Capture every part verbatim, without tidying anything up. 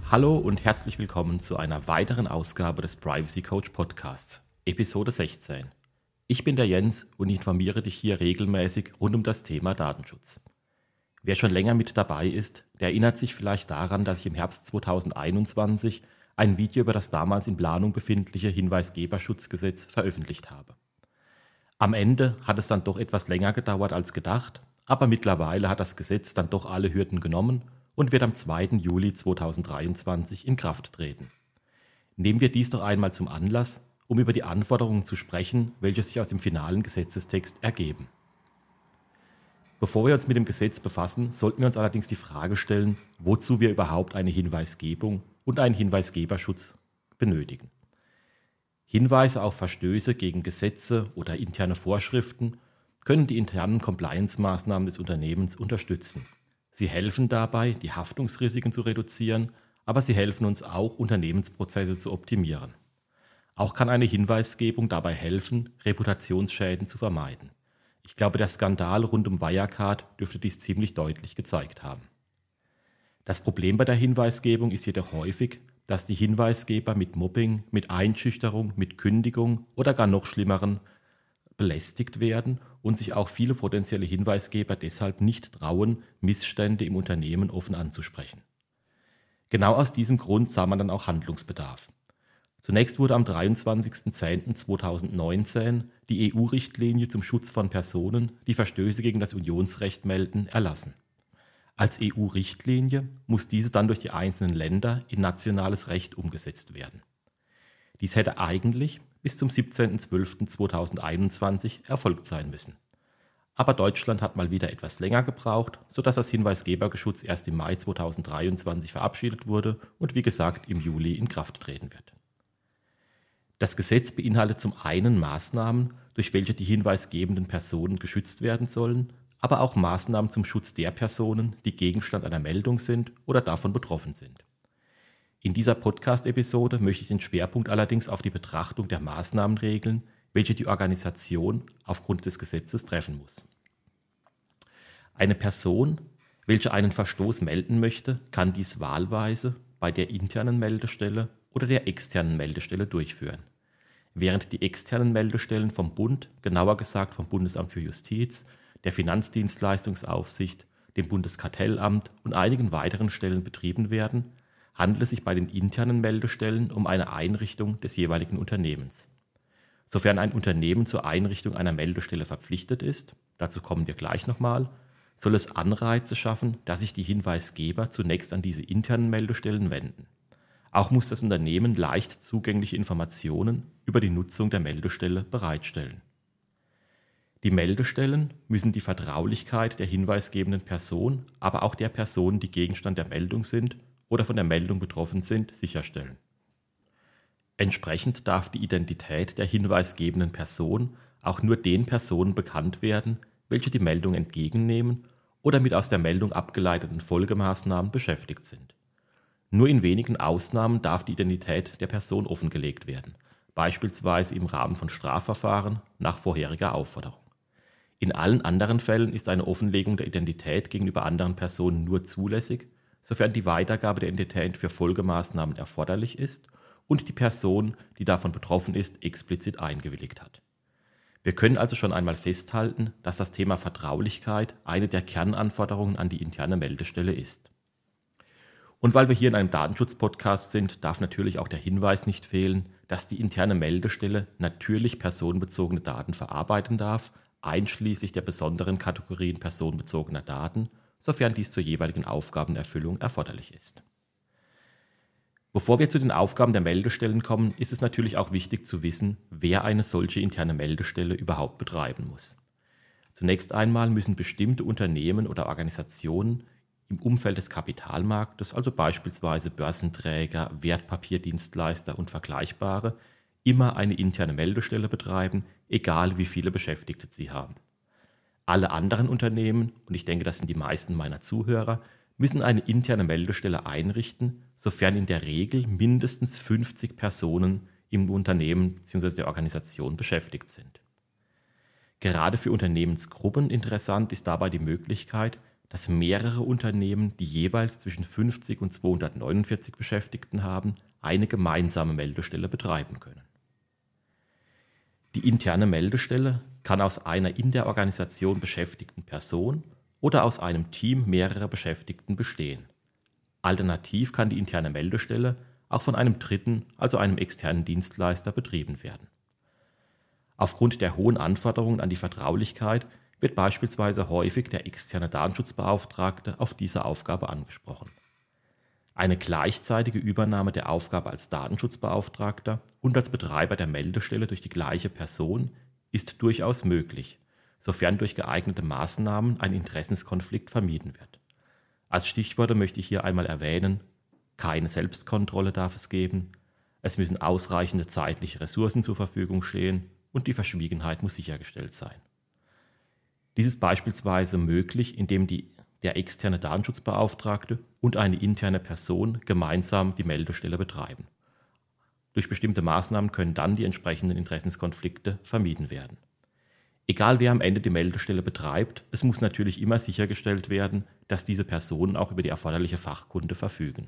Hallo und herzlich willkommen zu einer weiteren Ausgabe des Privacy Coach Podcasts, Episode sechzehn. Ich bin der Jens und informiere dich hier regelmäßig rund um das Thema Datenschutz. Wer schon länger mit dabei ist, der erinnert sich vielleicht daran, dass ich im Herbst zweitausendeinundzwanzig ein Video über das damals in Planung befindliche Hinweisgeberschutzgesetz veröffentlicht habe. Am Ende hat es dann doch etwas länger gedauert als gedacht, aber mittlerweile hat das Gesetz dann doch alle Hürden genommen und wird am zweiten Juli zweitausenddreiundzwanzig in Kraft treten. Nehmen wir dies doch einmal zum Anlass, um über die Anforderungen zu sprechen, welche sich aus dem finalen Gesetzestext ergeben. Bevor wir uns mit dem Gesetz befassen, sollten wir uns allerdings die Frage stellen, wozu wir überhaupt eine Hinweisgebung und einen Hinweisgeberschutz benötigen. Hinweise auf Verstöße gegen Gesetze oder interne Vorschriften können die internen Compliance-Maßnahmen des Unternehmens unterstützen. Sie helfen dabei, die Haftungsrisiken zu reduzieren, aber sie helfen uns auch, Unternehmensprozesse zu optimieren. Auch kann eine Hinweisgebung dabei helfen, Reputationsschäden zu vermeiden. Ich glaube, der Skandal rund um Wirecard dürfte dies ziemlich deutlich gezeigt haben. Das Problem bei der Hinweisgebung ist jedoch häufig, dass die Hinweisgeber mit Mobbing, mit Einschüchterung, mit Kündigung oder gar noch schlimmeren belästigt werden und sich auch viele potenzielle Hinweisgeber deshalb nicht trauen, Missstände im Unternehmen offen anzusprechen. Genau aus diesem Grund sah man dann auch Handlungsbedarf. Zunächst wurde am dreiundzwanzigsten zehnten zweitausendneunzehn die E U-Richtlinie zum Schutz von Personen, die Verstöße gegen das Unionsrecht melden, erlassen. Als E U-Richtlinie muss diese dann durch die einzelnen Länder in nationales Recht umgesetzt werden. Dies hätte eigentlich bis zum siebzehnten zwölften zweitausendeinundzwanzig erfolgt sein müssen. Aber Deutschland hat mal wieder etwas länger gebraucht, sodass das Hinweisgebergeschutz erst im Mai zweitausenddreiundzwanzig verabschiedet wurde und wie gesagt im Juli in Kraft treten wird. Das Gesetz beinhaltet zum einen Maßnahmen, durch welche die hinweisgebenden Personen geschützt werden sollen, aber auch Maßnahmen zum Schutz der Personen, die Gegenstand einer Meldung sind oder davon betroffen sind. In dieser Podcast-Episode möchte ich den Schwerpunkt allerdings auf die Betrachtung der Maßnahmen regeln, welche die Organisation aufgrund des Gesetzes treffen muss. Eine Person, welche einen Verstoß melden möchte, kann dies wahlweise bei der internen Meldestelle oder der externen Meldestelle durchführen. Während die externen Meldestellen vom Bund, genauer gesagt vom Bundesamt für Justiz, der Finanzdienstleistungsaufsicht, dem Bundeskartellamt und einigen weiteren Stellen betrieben werden, handelt es sich bei den internen Meldestellen um eine Einrichtung des jeweiligen Unternehmens. Sofern ein Unternehmen zur Einrichtung einer Meldestelle verpflichtet ist, dazu kommen wir gleich nochmal, soll es Anreize schaffen, dass sich die Hinweisgeber zunächst an diese internen Meldestellen wenden. Auch muss das Unternehmen leicht zugängliche Informationen über die Nutzung der Meldestelle bereitstellen. Die Meldestellen müssen die Vertraulichkeit der hinweisgebenden Person, aber auch der Personen, die Gegenstand der Meldung sind oder von der Meldung betroffen sind, sicherstellen. Entsprechend darf die Identität der hinweisgebenden Person auch nur den Personen bekannt werden, welche die Meldung entgegennehmen oder mit aus der Meldung abgeleiteten Folgemaßnahmen beschäftigt sind. Nur in wenigen Ausnahmen darf die Identität der Person offengelegt werden, beispielsweise im Rahmen von Strafverfahren nach vorheriger Aufforderung. In allen anderen Fällen ist eine Offenlegung der Identität gegenüber anderen Personen nur zulässig, sofern die Weitergabe der Identität für Folgemaßnahmen erforderlich ist und die Person, die davon betroffen ist, explizit eingewilligt hat. Wir können also schon einmal festhalten, dass das Thema Vertraulichkeit eine der Kernanforderungen an die interne Meldestelle ist. Und weil wir hier in einem Datenschutz-Podcast sind, darf natürlich auch der Hinweis nicht fehlen, dass die interne Meldestelle natürlich personenbezogene Daten verarbeiten darf, einschließlich der besonderen Kategorien personenbezogener Daten, sofern dies zur jeweiligen Aufgabenerfüllung erforderlich ist. Bevor wir zu den Aufgaben der Meldestellen kommen, ist es natürlich auch wichtig zu wissen, wer eine solche interne Meldestelle überhaupt betreiben muss. Zunächst einmal müssen bestimmte Unternehmen oder Organisationen im Umfeld des Kapitalmarktes, also beispielsweise Börsenträger, Wertpapierdienstleister und Vergleichbare, immer eine interne Meldestelle betreiben, egal wie viele Beschäftigte sie haben. Alle anderen Unternehmen, und ich denke, das sind die meisten meiner Zuhörer, müssen eine interne Meldestelle einrichten, sofern in der Regel mindestens fünfzig Personen im Unternehmen bzw. der Organisation beschäftigt sind. Gerade für Unternehmensgruppen interessant ist dabei die Möglichkeit, dass mehrere Unternehmen, die jeweils zwischen fünfzig und zweihundertneunundvierzig Beschäftigten haben, eine gemeinsame Meldestelle betreiben können. Die interne Meldestelle kann aus einer in der Organisation beschäftigten Person oder aus einem Team mehrerer Beschäftigten bestehen. Alternativ kann die interne Meldestelle auch von einem Dritten, also einem externen Dienstleister, betrieben werden. Aufgrund der hohen Anforderungen an die Vertraulichkeit wird beispielsweise häufig der externe Datenschutzbeauftragte auf diese Aufgabe angesprochen. Eine gleichzeitige Übernahme der Aufgabe als Datenschutzbeauftragter und als Betreiber der Meldestelle durch die gleiche Person ist durchaus möglich, sofern durch geeignete Maßnahmen ein Interessenskonflikt vermieden wird. Als Stichworte möchte ich hier einmal erwähnen: keine Selbstkontrolle darf es geben, es müssen ausreichende zeitliche Ressourcen zur Verfügung stehen und die Verschwiegenheit muss sichergestellt sein. Dies ist beispielsweise möglich, indem die, der externe Datenschutzbeauftragte und eine interne Person gemeinsam die Meldestelle betreiben. Durch bestimmte Maßnahmen können dann die entsprechenden Interessenskonflikte vermieden werden. Egal wer am Ende die Meldestelle betreibt, es muss natürlich immer sichergestellt werden, dass diese Personen auch über die erforderliche Fachkunde verfügen.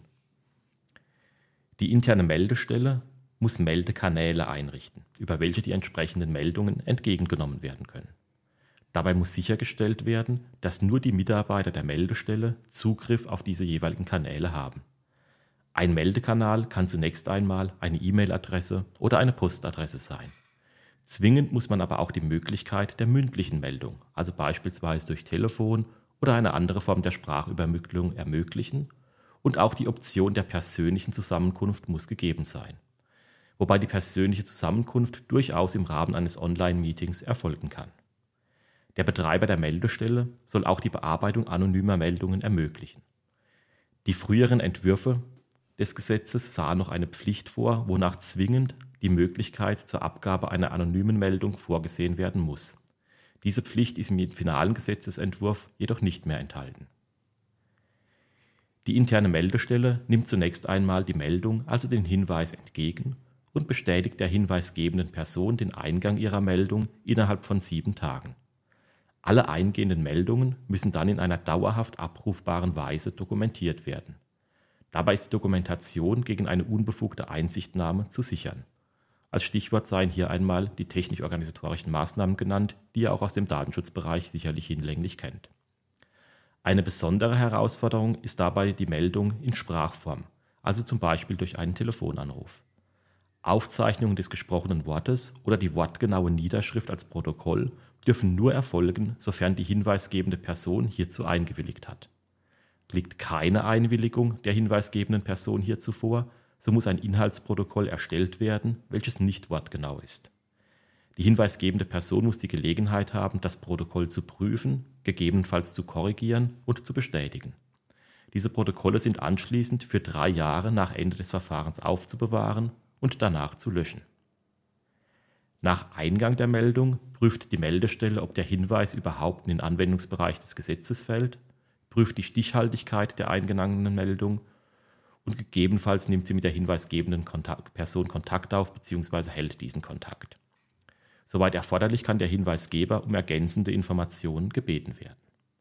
Die interne Meldestelle muss Meldekanäle einrichten, über welche die entsprechenden Meldungen entgegengenommen werden können. Dabei muss sichergestellt werden, dass nur die Mitarbeiter der Meldestelle Zugriff auf diese jeweiligen Kanäle haben. Ein Meldekanal kann zunächst einmal eine E-Mail-Adresse oder eine Postadresse sein. Zwingend muss man aber auch die Möglichkeit der mündlichen Meldung, also beispielsweise durch Telefon oder eine andere Form der Sprachübermittlung, ermöglichen, und auch die Option der persönlichen Zusammenkunft muss gegeben sein, wobei die persönliche Zusammenkunft durchaus im Rahmen eines Online-Meetings erfolgen kann. Der Betreiber der Meldestelle soll auch die Bearbeitung anonymer Meldungen ermöglichen. Die früheren Entwürfe des Gesetzes sahen noch eine Pflicht vor, wonach zwingend die Möglichkeit zur Abgabe einer anonymen Meldung vorgesehen werden muss. Diese Pflicht ist im finalen Gesetzesentwurf jedoch nicht mehr enthalten. Die interne Meldestelle nimmt zunächst einmal die Meldung, also den Hinweis, entgegen und bestätigt der hinweisgebenden Person den Eingang ihrer Meldung innerhalb von sieben Tagen. Alle eingehenden Meldungen müssen dann in einer dauerhaft abrufbaren Weise dokumentiert werden. Dabei ist die Dokumentation gegen eine unbefugte Einsichtnahme zu sichern. Als Stichwort seien hier einmal die technisch-organisatorischen Maßnahmen genannt, die ihr auch aus dem Datenschutzbereich sicherlich hinlänglich kennt. Eine besondere Herausforderung ist dabei die Meldung in Sprachform, also zum Beispiel durch einen Telefonanruf. Aufzeichnungen des gesprochenen Wortes oder die wortgenaue Niederschrift als Protokoll dürfen nur erfolgen, sofern die hinweisgebende Person hierzu eingewilligt hat. Liegt keine Einwilligung der hinweisgebenden Person hierzu vor, so muss ein Inhaltsprotokoll erstellt werden, welches nicht wortgenau ist. Die hinweisgebende Person muss die Gelegenheit haben, das Protokoll zu prüfen, gegebenenfalls zu korrigieren und zu bestätigen. Diese Protokolle sind anschließend für drei Jahre nach Ende des Verfahrens aufzubewahren und danach zu löschen. Nach Eingang der Meldung prüft die Meldestelle, ob der Hinweis überhaupt in den Anwendungsbereich des Gesetzes fällt, prüft die Stichhaltigkeit der eingegangenen Meldung und gegebenenfalls nimmt sie mit der hinweisgebenden Kontakt- Person Kontakt auf bzw. hält diesen Kontakt. Soweit erforderlich kann der Hinweisgeber um ergänzende Informationen gebeten werden.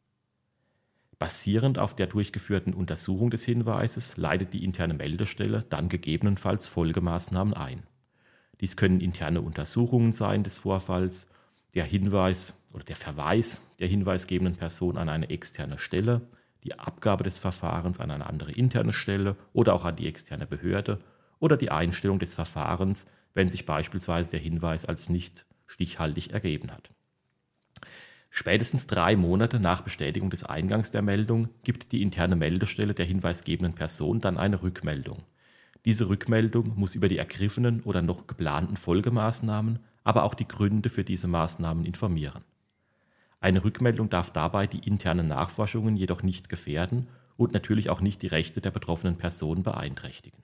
Basierend auf der durchgeführten Untersuchung des Hinweises leitet die interne Meldestelle dann gegebenenfalls Folgemaßnahmen ein. Dies können interne Untersuchungen sein des Vorfalls, der Hinweis oder der Verweis der hinweisgebenden Person an eine externe Stelle, die Abgabe des Verfahrens an eine andere interne Stelle oder auch an die externe Behörde oder die Einstellung des Verfahrens, wenn sich beispielsweise der Hinweis als nicht stichhaltig ergeben hat. Spätestens drei Monate nach Bestätigung des Eingangs der Meldung gibt die interne Meldestelle der hinweisgebenden Person dann eine Rückmeldung. Diese Rückmeldung muss über die ergriffenen oder noch geplanten Folgemaßnahmen, aber auch die Gründe für diese Maßnahmen informieren. Eine Rückmeldung darf dabei die internen Nachforschungen jedoch nicht gefährden und natürlich auch nicht die Rechte der betroffenen Person beeinträchtigen.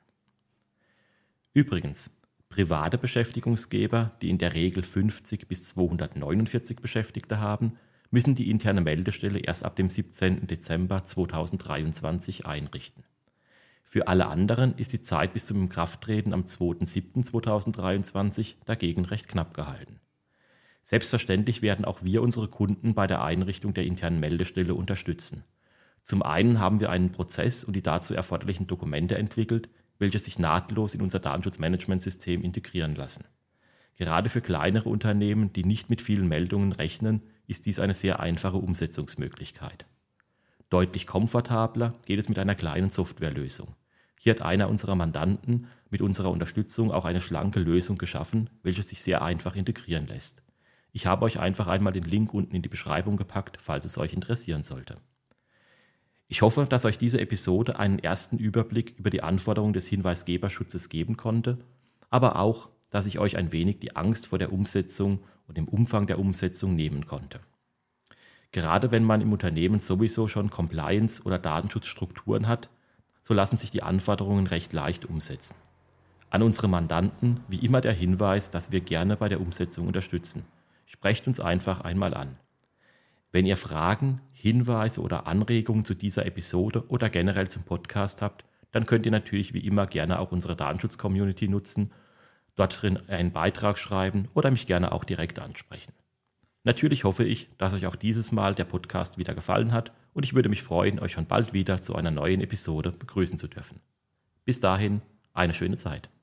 Übrigens, private Beschäftigungsgeber, die in der Regel fünfzig bis zweihundertneunundvierzig Beschäftigte haben, müssen die interne Meldestelle erst ab dem siebzehnten Dezember zweitausenddreiundzwanzig einrichten. Für alle anderen ist die Zeit bis zum Inkrafttreten am zweiten siebten zweitausenddreiundzwanzig dagegen recht knapp gehalten. Selbstverständlich werden auch wir unsere Kunden bei der Einrichtung der internen Meldestelle unterstützen. Zum einen haben wir einen Prozess und die dazu erforderlichen Dokumente entwickelt, welche sich nahtlos in unser Datenschutzmanagementsystem integrieren lassen. Gerade für kleinere Unternehmen, die nicht mit vielen Meldungen rechnen, ist dies eine sehr einfache Umsetzungsmöglichkeit. Deutlich komfortabler geht es mit einer kleinen Softwarelösung. Hier hat einer unserer Mandanten mit unserer Unterstützung auch eine schlanke Lösung geschaffen, welche sich sehr einfach integrieren lässt. Ich habe euch einfach einmal den Link unten in die Beschreibung gepackt, falls es euch interessieren sollte. Ich hoffe, dass euch diese Episode einen ersten Überblick über die Anforderungen des Hinweisgeberschutzes geben konnte, aber auch, dass ich euch ein wenig die Angst vor der Umsetzung und dem Umfang der Umsetzung nehmen konnte. Gerade wenn man im Unternehmen sowieso schon Compliance- oder Datenschutzstrukturen hat, so lassen sich die Anforderungen recht leicht umsetzen. An unsere Mandanten wie immer der Hinweis, dass wir gerne bei der Umsetzung unterstützen. Sprecht uns einfach einmal an. Wenn ihr Fragen, Hinweise oder Anregungen zu dieser Episode oder generell zum Podcast habt, dann könnt ihr natürlich wie immer gerne auch unsere Datenschutz-Community nutzen, dort drin einen Beitrag schreiben oder mich gerne auch direkt ansprechen. Natürlich hoffe ich, dass euch auch dieses Mal der Podcast wieder gefallen hat und ich würde mich freuen, euch schon bald wieder zu einer neuen Episode begrüßen zu dürfen. Bis dahin, eine schöne Zeit.